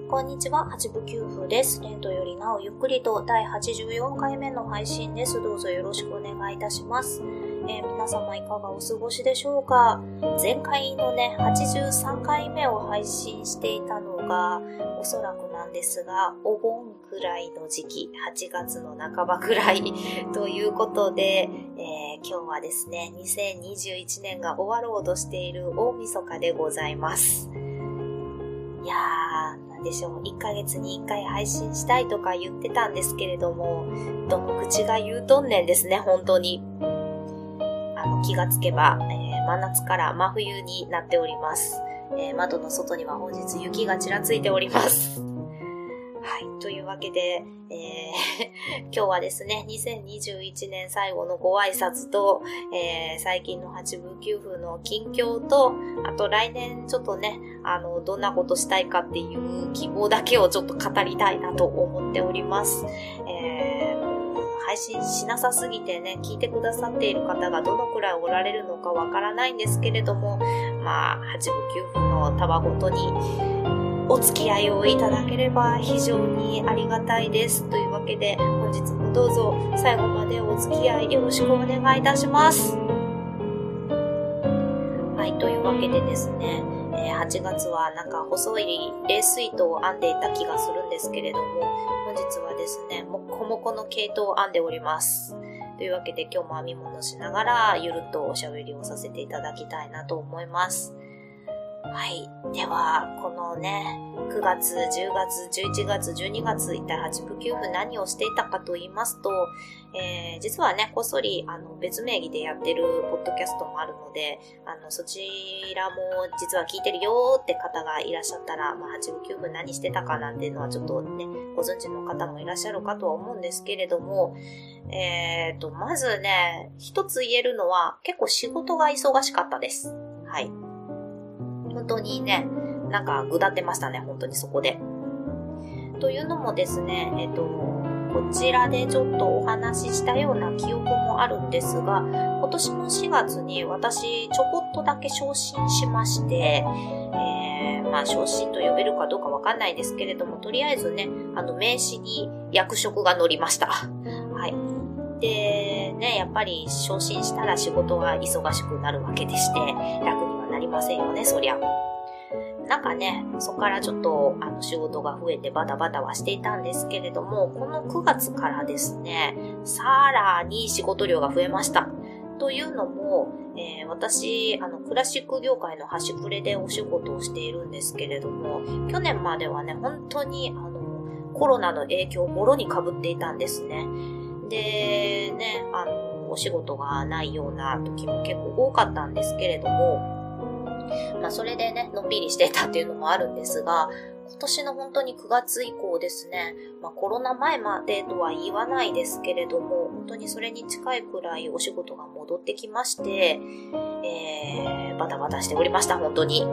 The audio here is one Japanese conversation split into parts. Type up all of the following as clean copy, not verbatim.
こんにちは、八部九夫です。レントよりなおゆっくりと第84回目の配信です。どうぞよろしくお願いいたします。皆様いかがお過ごしでしょうか。前回のね、83回目を配信していたのが、おそらくなんですが、お盆くらいの時期、8月の半ばくらいということで、今日はですね、2021年が終わろうとしている大晦日でございます。いやー、なんでしょう、1ヶ月に1回配信したいとか言ってたんですけれども、どの口が言うとんねんですね、本当に。気がつけば、真夏から真冬になっております。窓の外には本日雪がちらついております。はい、というわけで、今日はですね、2021年最後のご挨拶と、最近の八部九夫の近況と、あと来年ちょっとね、どんなことしたいかっていう希望だけをちょっと語りたいなと思っております。配信しなさすぎてね、聞いてくださっている方がどのくらいおられるのかわからないんですけれども、八部九夫のたわごとにお付き合いをいただければ非常にありがたいです。というわけで、本日もどうぞ最後までお付き合いよろしくお願いいたします。はい、というわけでですね、8月はなんか細い冷水糸を編んでいた気がするんですけれども、本日はですね、もこもこの毛糸を編んでおります。というわけで今日も編み物しながらゆるっとおしゃべりをさせていただきたいなと思います。はい。では、このね、9月、10月、11月、12月、一体八部九夫何をしていたかと言いますと、実はね、こっそり、別名義でやってるポッドキャストもあるので、そちらも実は聞いてるよーって方がいらっしゃったら、八部九夫何してたかなんていうのはちょっとね、ご存知の方もいらっしゃるかとは思うんですけれども、まずね、一つ言えるのは、結構仕事が忙しかったです。はい。本当にね、なんかぐだってましたね、本当にそこで。というのもですね、こちらでちょっとお話ししたような記憶もあるんですが、今年の4月に私ちょこっとだけ昇進しまして、昇進と呼べるかどうかわかんないですけれども、とりあえずね、名刺に役職が載りました。はい。で、ね、やっぱり昇進したら仕事が忙しくなるわけでして、楽にはなりませんよね、そりゃ。なんかね、そこからちょっと仕事が増えてバタバタはしていたんですけれども、この9月からですね、さらに仕事量が増えました。というのも、私、クラシック業界の端くれでお仕事をしているんですけれども、去年まではね、本当にコロナの影響をもろに被っていたんですね。で、ね、お仕事がないような時も結構多かったんですけれども、それでね、のんびりしてたっていうのもあるんですが、今年の本当に9月以降ですね、コロナ前までとは言わないですけれども、本当にそれに近いくらいお仕事が戻ってきまして、バタバタしておりました、本当に。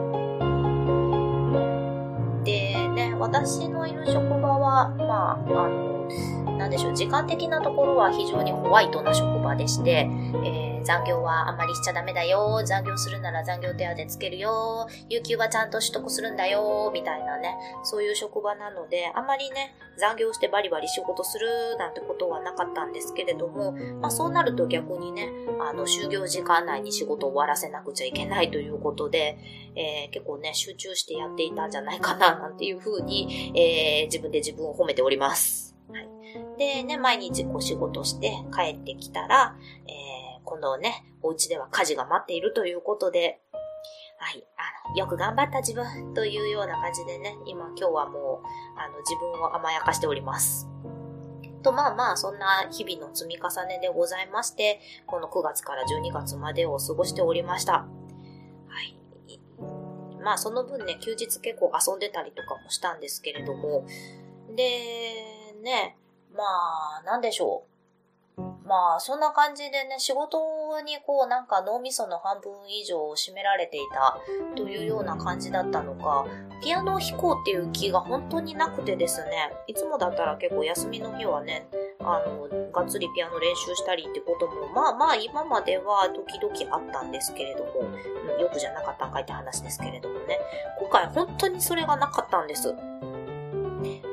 でね、私のいる職場は、なんでしょう、時間的なところは非常にホワイトな職場でして、残業はあんまりしちゃダメだよ、残業するなら残業手当つけるよ、有給はちゃんと取得するんだよ、みたいなね、そういう職場なので、あんまりね、残業してバリバリ仕事するなんてことはなかったんですけれども、そうなると逆にね、就業時間内に仕事を終わらせなくちゃいけないということで、結構ね、集中してやっていたんじゃないかな、なんていうふうに、自分で自分を褒めております。はい。でね、毎日お仕事して帰ってきたら、今度ね、お家では家事が待っているということで、はい、よく頑張った自分というような感じでね、今日はもう、自分を甘やかしております。と、そんな日々の積み重ねでございまして、この9月から12月までを過ごしておりました。はい。その分ね、休日結構遊んでたりとかもしたんですけれども、で、ね、なんでしょう。そんな感じでね、仕事になんか脳みその半分以上を占められていたというような感じだったのか、ピアノを弾こうっていう気が本当になくてですね、いつもだったら結構休みの日はね、がっつりピアノ練習したりってことも、今までは時々あったんですけれども、よくじゃなかったんかいって話ですけれどもね、今回本当にそれがなかったんです。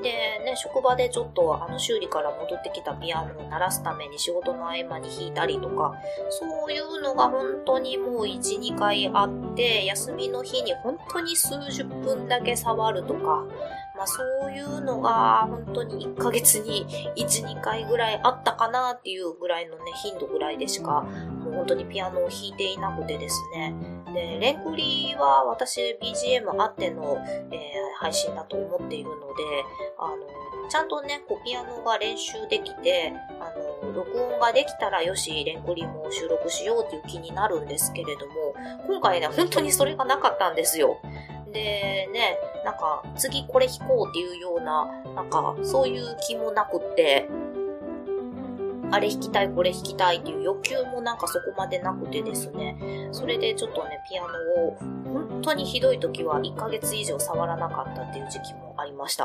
でね、職場でちょっと修理から戻ってきたピアノを鳴らすために仕事の合間に弾いたりとか、そういうのが本当にもう1、2回あって、休みの日に本当に数十分だけ触るとか、そういうのが本当に1ヶ月に1、2回ぐらいあったかなっていうぐらいのね、頻度ぐらいでしか、もう本当にピアノを弾いていなくてですね。で、レンクリは私 BGM あっての、配信だと思っているので、ちゃんとね、ピアノが練習できて、録音ができたらよし、レンクリも収録しようっていう気になるんですけれども、今回ね、本当にそれがなかったんですよ。でね、次これ弾こうっていうような、そういう気もなくって、あれ弾きたい、これ弾きたいっていう欲求もそこまでなくてですね、それでちょっとね、ピアノを本当にひどい時は1ヶ月以上触らなかったっていう時期もありました。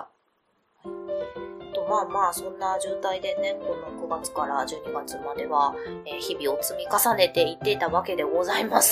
そんな状態でね、この9月から12月までは、日々を積み重ねていっていたわけでございます。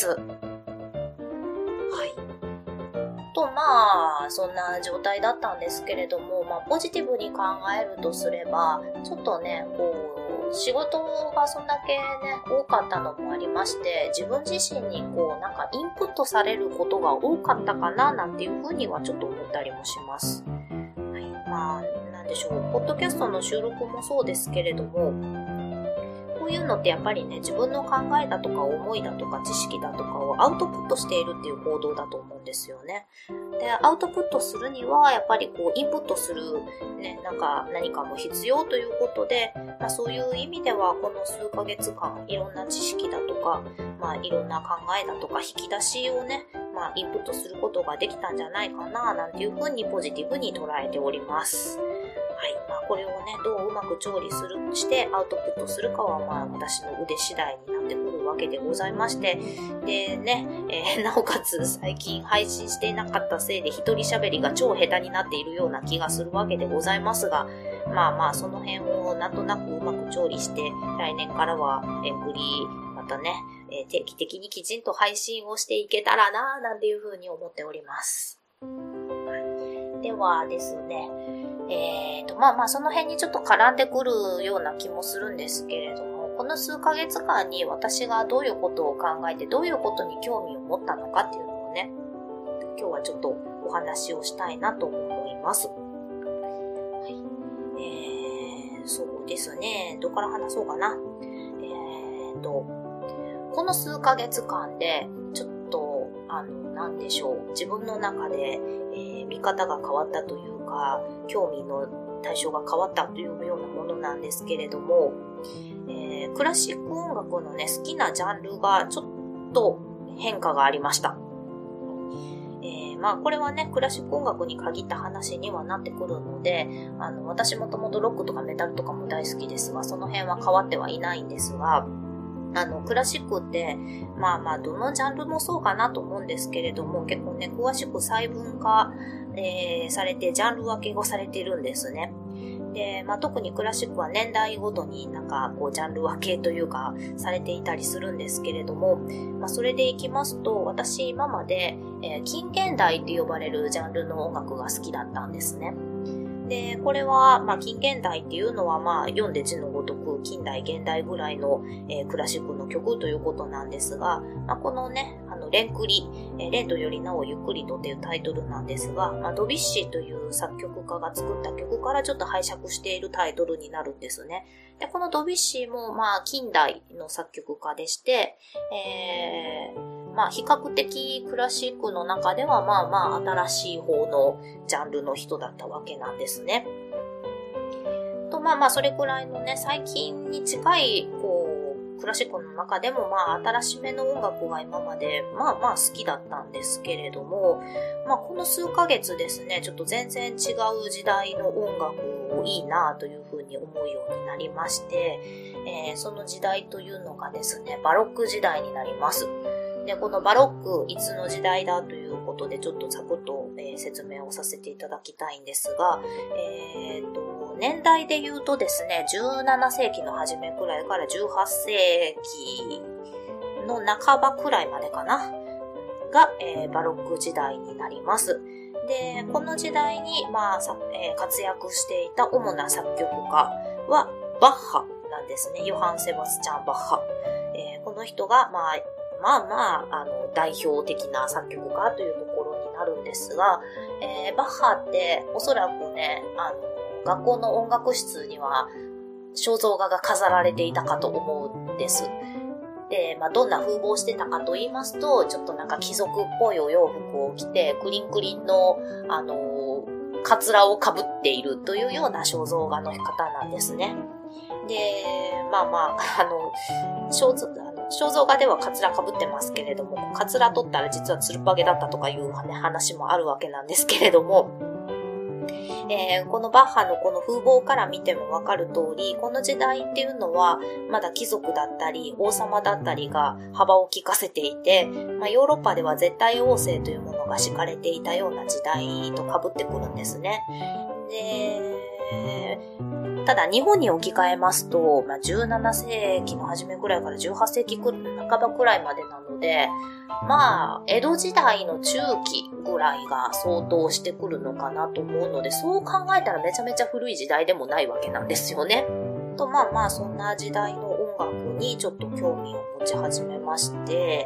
そんな状態だったんですけれども、ポジティブに考えるとすれば、ちょっとね、仕事がそんだけね、多かったのもありまして、自分自身にインプットされることが多かったかな、なんていうふうにはちょっと思ったりもします。なんでしょう、ポッドキャストの収録もそうですけれども、こういうのってやっぱりね、自分の考えだとか思いだとか知識だとかをアウトプットしているっていう行動だと思うんですよね。で、アウトプットするには、やっぱりインプットするね、何かも必要ということで、そういう意味では、この数ヶ月間、いろんな知識だとか、いろんな考えだとか、引き出しをね、インプットすることができたんじゃないかな、なんていうふうにポジティブに捉えております。これをね、どううまく調理してアウトプットするかは、私の腕次第になってくるわけでございまして、でね、なおかつ最近配信していなかったせいで一人喋りが超下手になっているような気がするわけでございますが、その辺をなんとなくうまく調理して、来年からはレンクリまたね、定期的にきちんと配信をしていけたらなぁ、なんていうふうに思っております。ではですね、その辺にちょっと絡んでくるような気もするんですけれども、この数ヶ月間に私がどういうことを考えて、どういうことに興味を持ったのかっていうのをね、今日はちょっとお話をしたいなと思います。そうですね、どこから話そうかな。この数ヶ月間で、ちょっと、なんでしょう、自分の中で、見方が変わったというか、興味の対象が変わったというようなものなんですけれども、クラシック音楽のね、好きなジャンルがちょっと変化がありました。これはね、クラシック音楽に限った話にはなってくるので、私もともとロックとかメタルとかも大好きですが、その辺は変わってはいないんですが、クラシックって、どのジャンルもそうかなと思うんですけれども、結構ね、詳しく細分化、されて、ジャンル分けをされているんですね。で、特にクラシックは年代ごとにジャンル分けというか、されていたりするんですけれども、それでいきますと、私今まで、近現代って呼ばれるジャンルの音楽が好きだったんですね。で、これは、近現代っていうのは、読んで字のごとく、近代、現代ぐらいの、クラシックの曲ということなんですが、このね、レンクリ、レンとよりなおゆっくりとっていうタイトルなんですが、ドビュッシーという作曲家が作った曲からちょっと拝借しているタイトルになるんですね。で、このドビュッシーも、近代の作曲家でして、比較的クラシックの中では新しい方のジャンルの人だったわけなんですね。と、それくらいのね、最近に近い、クラシックの中でも新しめの音楽が今まで好きだったんですけれども、この数ヶ月ですね、ちょっと全然違う時代の音楽をいいなというふうに思うようになりまして、その時代というのがですね、バロック時代になります。で、このバロック、いつの時代だということで、ちょっとざくっと、説明をさせていただきたいんですが、年代で言うとですね、17世紀の初めくらいから18世紀の半ばくらいまでかな、 が、バロック時代になります。で、この時代に、活躍していた主な作曲家はバッハなんですね。ヨハン・セバスチャン・バッハ。この人が、代表的な作曲家というところになるんですが、バッハっておそらくね、学校の音楽室には肖像画が飾られていたかと思うんです。で、どんな風貌してたかと言いますと、ちょっとなんか貴族っぽいお洋服を着て、クリンクリンの、カツラを被っているというような肖像画の方なんですね。で、肖像画ではカツラ被ってますけれども、カツラ取ったら実はつるっぱげだったとかいう話もあるわけなんですけれども、このバッハのこの風貌から見てもわかる通り、この時代っていうのはまだ貴族だったり王様だったりが幅を利かせていて、ヨーロッパでは絶対王政というものが敷かれていたような時代と被ってくるんですね。で、ただ日本に置き換えますと、17世紀の初めくらいから18世紀半ばくらいまでなので、江戸時代の中期ぐらいが相当してくるのかなと思うので、そう考えたらめちゃめちゃ古い時代でもないわけなんですよね。と、そんな時代の音楽にちょっと興味を持ち始めまして、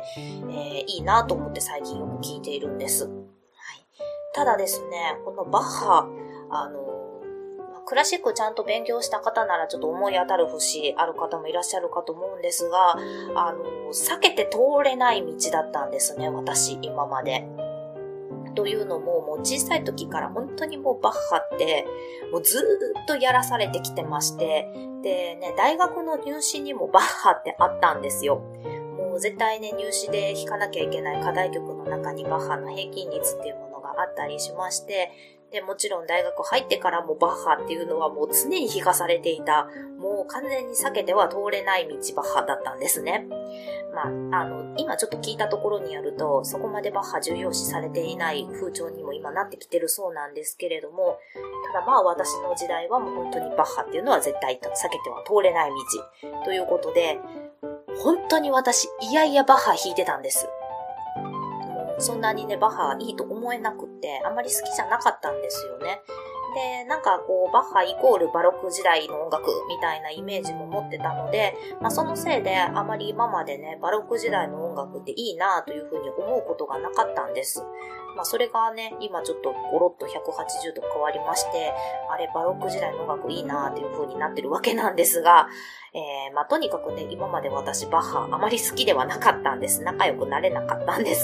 いいなと思って最近よく聴いているんです。はい。ただですね、このバッハ、クラシックちゃんと勉強した方ならちょっと思い当たる節ある方もいらっしゃるかと思うんですが、避けて通れない道だったんですね、私、今まで。というのも、もう小さい時から本当にもうバッハって、もうずーっとやらされてきてまして、でね、大学の入試にもバッハってあったんですよ。もう絶対ね、入試で弾かなきゃいけない課題曲の中にバッハの平均率っていうものがあったりしまして、で、もちろん大学入ってからもバッハっていうのはもう常に弾かされていた、もう完全に避けては通れない道バッハだったんですね。今ちょっと聞いたところによると、そこまでバッハ重要視されていない風潮にも今なってきてるそうなんですけれども、ただ私の時代はもう本当にバッハっていうのは絶対避けては通れない道ということで、本当に私、いやいやバッハ弾いてたんです。そんなにね、バッハいいと思えなくって、あんまり好きじゃなかったんですよね。で、バッハイコールバロック時代の音楽みたいなイメージも持ってたので、そのせいであまり今までね、バロック時代の音楽っていいなというふうに思うことがなかったんです。それがね、今ちょっとゴロッと180度変わりまして、あれ、バロック時代の音楽いいなというふうになってるわけなんですが、とにかくね、今まで私バッハあまり好きではなかったんです。仲良くなれなかったんです。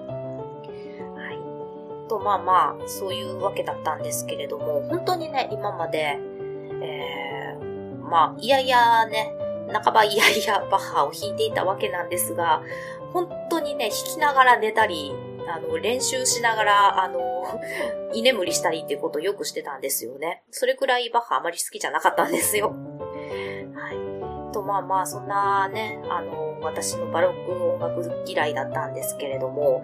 と、そういうわけだったんですけれども、本当にね、今まで、いやいやね、半ばいやいやバッハを弾いていたわけなんですが、本当にね、弾きながら寝たり、練習しながら、居眠りしたりっていうことをよくしてたんですよね。それくらいバッハあまり好きじゃなかったんですよ。はい。と、そんなね、私のバロック音楽嫌いだったんですけれども、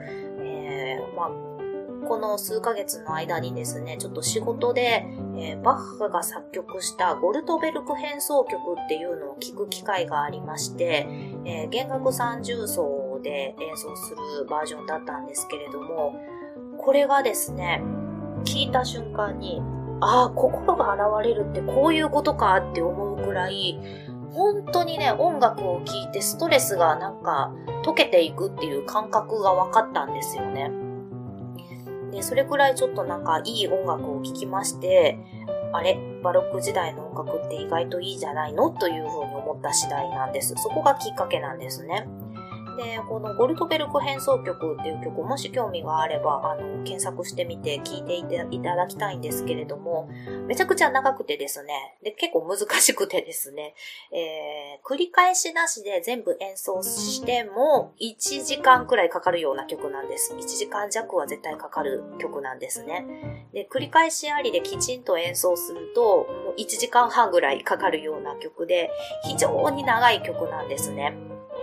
この数ヶ月の間にですね、ちょっと仕事で、バッハが作曲したゴルトベルク変奏曲っていうのを聴く機会がありまして、弦楽三重奏で演奏するバージョンだったんですけれども、これがですね、聴いた瞬間に、心が現れるってこういうことかって思うくらい、本当にね、音楽を聴いてストレスが溶けていくっていう感覚が分かったんですよね。で、それくらいちょっといい音楽を聴きまして、あれ、バロック時代の音楽って意外といいじゃないのというふうに思った次第なんです。そこがきっかけなんですね。で、このゴルトベルク変奏曲っていう曲、もし興味があれば、検索してみて聴いていただきたいんですけれども、めちゃくちゃ長くてですね、で、結構難しくてですね、繰り返しなしで全部演奏しても、1時間くらいかかるような曲なんです。1時間弱は絶対かかる曲なんですね。で、繰り返しありできちんと演奏すると、もう1時間半ぐらいかかるような曲で、非常に長い曲なんですね。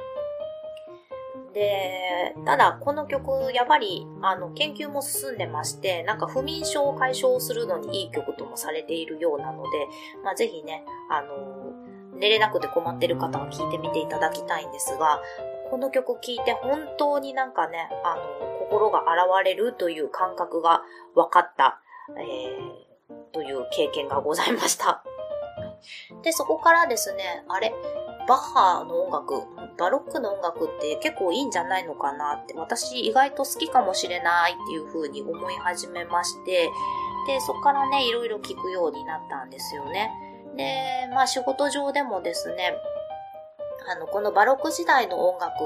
で、ただこの曲やっぱり研究も進んでまして、不眠症を解消するのにいい曲ともされているようなので、ぜひね寝れなくて困ってる方は聴いてみていただきたいんですが、 この曲聴いて本当になんかね、心が洗われるという感覚が分かった、という経験がございました。で、そこからですね、バッハの音楽、バロックの音楽って結構いいんじゃないのかなって、私意外と好きかもしれないっていう風に思い始めまして、で、そこからね、いろいろ聞くようになったんですよね。で、仕事上でもですね、このバロック時代の音楽って、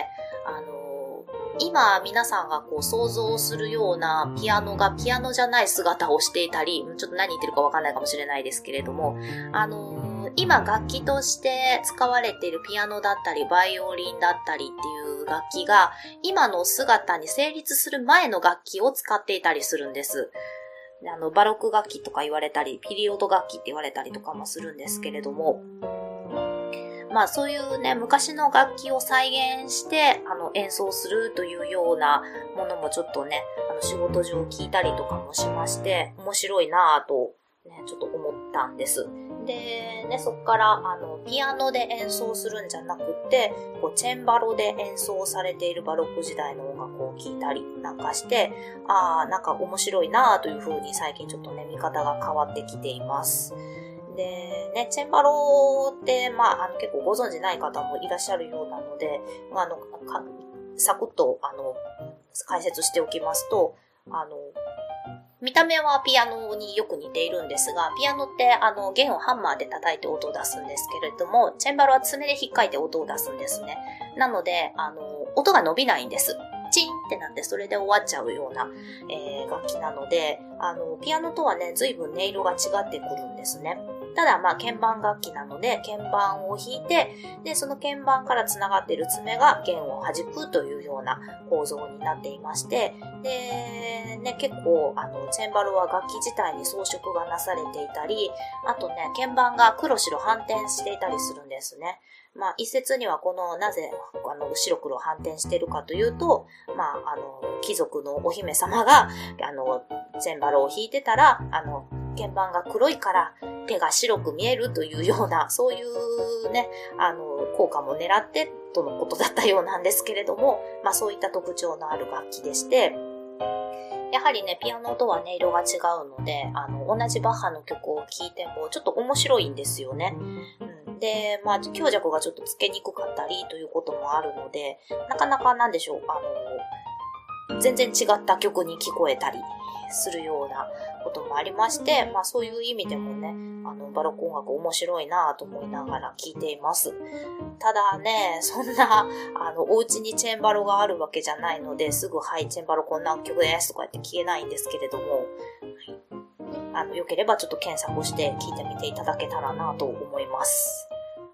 今皆さんがこう想像するようなピアノがピアノじゃない姿をしていたり、ちょっと何言ってるかわかんないかもしれないですけれども、今楽器として使われているピアノだったり、バイオリンだったりっていう楽器が、今の姿に成立する前の楽器を使っていたりするんです。バロック楽器とか言われたり、ピリオド楽器って言われたりとかもするんですけれども、そういうね、昔の楽器を再現して、演奏するというようなものもちょっとね、仕事上聞いたりとかもしまして、面白いなぁと、ね、ちょっと思ったんです。で、ね、そこから、ピアノで演奏するんじゃなくて、チェンバロで演奏されているバロック時代の音楽を聴いたりなんかして、なんか面白いなぁという風に最近ちょっとね、見方が変わってきています。で、ね、チェンバロって、結構ご存知ない方もいらっしゃるようなので、サクッと、解説しておきますと、見た目はピアノによく似ているんですが、ピアノって弦をハンマーで叩いて音を出すんですけれども、チェンバロは爪で引っかいて音を出すんですね。なので、音が伸びないんです。チンってなってそれで終わっちゃうような、楽器なので、ピアノとはね、随分音色が違ってくるんですね。ただ鍵盤楽器なので、鍵盤を弾いて、で、その鍵盤から繋がっている爪が弦を弾くというような構造になっていまして、で、ね、結構、チェンバロは楽器自体に装飾がなされていたり、あとね、鍵盤が黒白反転していたりするんですね。一説にはなぜ、白黒反転しているかというと、貴族のお姫様が、チェンバロを弾いてたら、鍵盤が黒いから手が白く見えるというような、そういうね、効果も狙ってとのことだったようなんですけれども、そういった特徴のある楽器でして、やはりね、ピアノとは音色が違うので、同じバッハの曲を聴いてもちょっと面白いんですよね。で、強弱がちょっとつけにくかったりということもあるので、なかなかなんでしょう、全然違った曲に聞こえたりするようなこともありまして、そういう意味でもね、バロック音楽面白いなぁと思いながら聴いています。ただね、そんな、お家にチェンバロがあるわけじゃないので、すぐ、はい、チェンバロこんな曲ですとか言って聞けないんですけれども、よければちょっと検索して聞いてみていただけたらなと思います。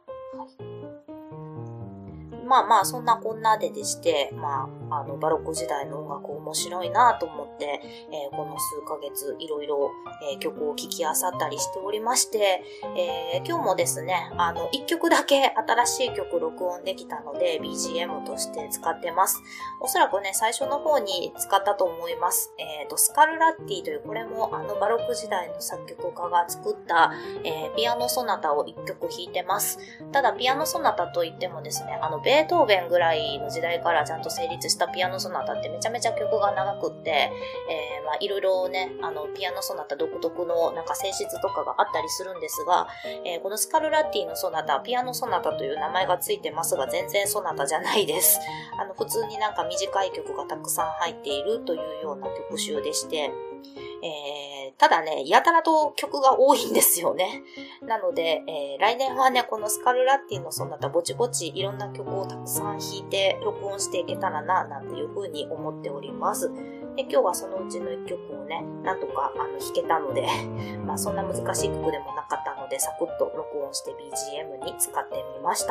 そんなこんなででして、バロック時代の音楽面白いなと思って、この数ヶ月いろいろ曲を聴き漁ったりしておりまして、今日もですね、一曲だけ新しい曲録音できたので BGM として使ってます。おそらくね、最初の方に使ったと思います。スカルラッティという、これもバロック時代の作曲家が作った、ピアノソナタを一曲弾いてます。ただピアノソナタといってもですね、ベートーベンぐらいの時代からちゃんと成立したピアノソナタってめちゃめちゃ曲が長くって、いろいろね、ピアノソナタ独特のなんか性質とかがあったりするんですが、このスカルラッティのソナタ、ピアノソナタという名前がついてますが、全然ソナタじゃないです。普通になんか短い曲がたくさん入っているというような曲集でして、ただね、やたらと曲が多いんですよね。なので、来年はね、このスカルラッティのソナタぼちぼちいろんな曲をたくさん弾いて録音していけたらな、なんていう風に思っております。で、今日はそのうちの一曲をね、なんとか弾けたので、そんな難しい曲でもなかったので、サクッと録音して BGM に使ってみました。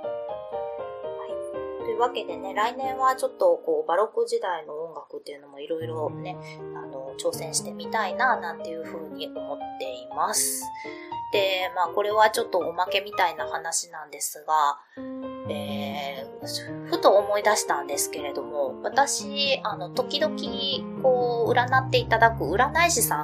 というわけでね、来年はちょっとバロック時代の音楽っていうのもいろいろね、挑戦してみたいな、なんていう風に思っています。で、これはちょっとおまけみたいな話なんですが、ふと思い出したんですけれども、私、時々、占っていただく占い師さん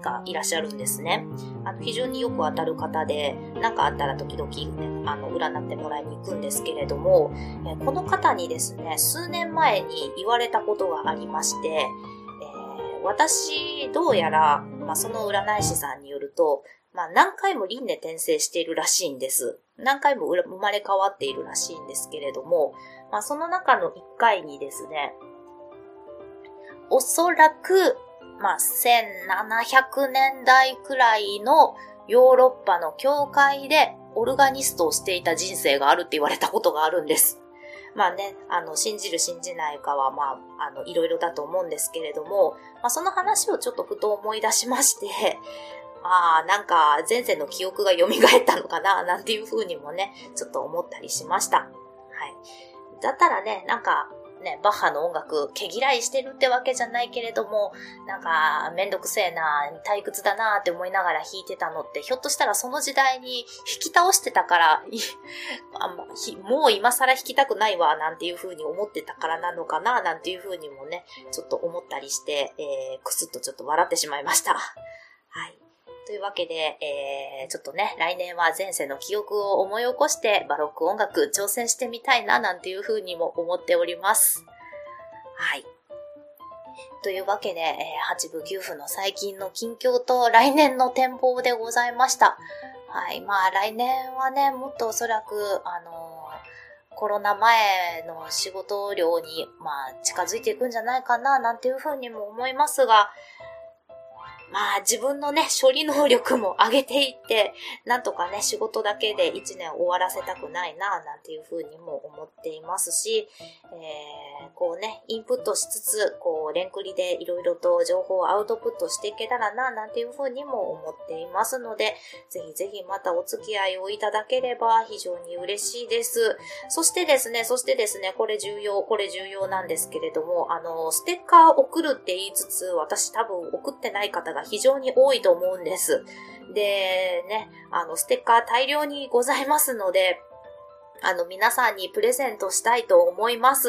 がいらっしゃるんですね。非常によく当たる方で、なんかあったら時々ね、占ってもらいに行くんですけれども、この方にですね、数年前に言われたことがありまして、私、どうやら、その占い師さんによると、何回も輪廻転生しているらしいんです。何回も生まれ変わっているらしいんですけれども、その中の一回にですね、おそらく、1700年代くらいのヨーロッパの教会でオルガニストをしていた人生があるって言われたことがあるんです。信じる信じないかは、いろいろだと思うんですけれども、その話をちょっとふと思い出しまして、なんか前世の記憶が蘇ったのかな、なんていう風にもね、ちょっと思ったりしました。はい。だったらね、なんか、バッハの音楽、毛嫌いしてるってわけじゃないけれども、なんか、めんどくせえな、退屈だなって思いながら弾いてたのって、ひょっとしたらその時代に弾き倒してたから、もう今更弾きたくないわ、なんていう風に思ってたからなのかな、なんていう風にもね、ちょっと思ったりして、くすっとちょっと笑ってしまいました。はい。というわけで、ちょっとね、来年は前世の記憶を思い起こしてバロック音楽挑戦してみたいななんていう風にも思っております。はい。というわけで、8部9部の最近の近況と来年の展望でございました。はい。来年はね、もっとおそらく、コロナ前の仕事量に、近づいていくんじゃないかななんていう風にも思いますが、自分のね、処理能力も上げていって、なんとかね、仕事だけで1年終わらせたくないな、なんていうふうにも思っていますし、こうね、インプットしつつ、連繰りでいろいろと情報をアウトプットしていけたらな、なんていうふうにも思っていますので、ぜひぜひまたお付き合いをいただければ非常に嬉しいです。そしてですね、これ重要なんですけれども、ステッカー送るって言いつつ、私多分送ってない方が非常に多いと思うんです。で、ね、ステッカー大量にございますので、皆さんにプレゼントしたいと思います。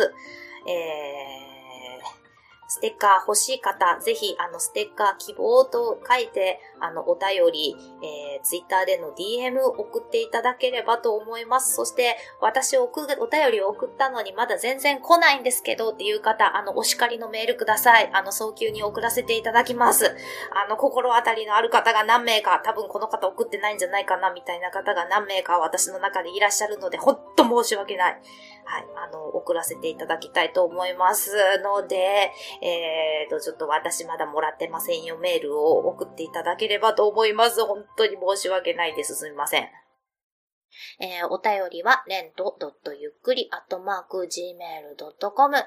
ステッカー欲しい方、ぜひ、ステッカー希望と書いて、お便り、ツイッターでの DM 送っていただければと思います。そして、私お便りを送ったのにまだ全然来ないんですけどっていう方、お叱りのメールください。早急に送らせていただきます。心当たりのある方が何名か、多分この方送ってないんじゃないかな、みたいな方が何名か私の中でいらっしゃるので、ほんと申し訳ない。はい、送らせていただきたいと思いますので、ちょっと私まだもらってませんよメールを送っていただければと思います。本当に申し訳ないです。すみません。お便りはlento.yukkuri@gmail.com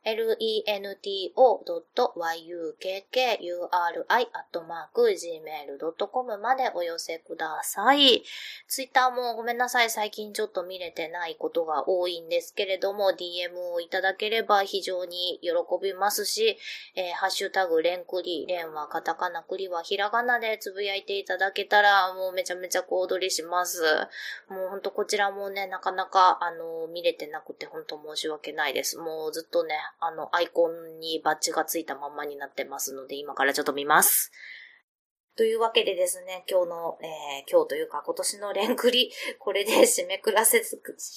lento.yukkuri@gmail.com までお寄せください。ツイッターもごめんなさい。最近ちょっと見れてないことが多いんですけれども、DM をいただければ非常に喜びますし、ハッシュタグレンクリ、レンはカタカナ、クリはひらがなでつぶやいていただけたら、もうめちゃめちゃ小躍りします。もうほんとこちらもね、なかなか、見れてなくてほんと申し訳ないです。もうずっとね、アイコンにバッジがついたままになってますので、今からちょっと見ます。というわけでですね、今日というか今年のレンクリ、これで締めくくらせ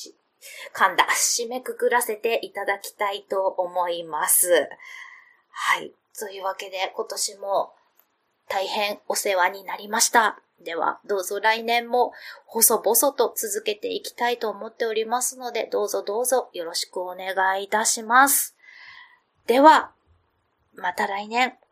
ていただきたいと思います。はい。というわけで今年も大変お世話になりました。では、どうぞ来年も細々と続けていきたいと思っておりますので、どうぞよろしくお願いいたします。では、また来年。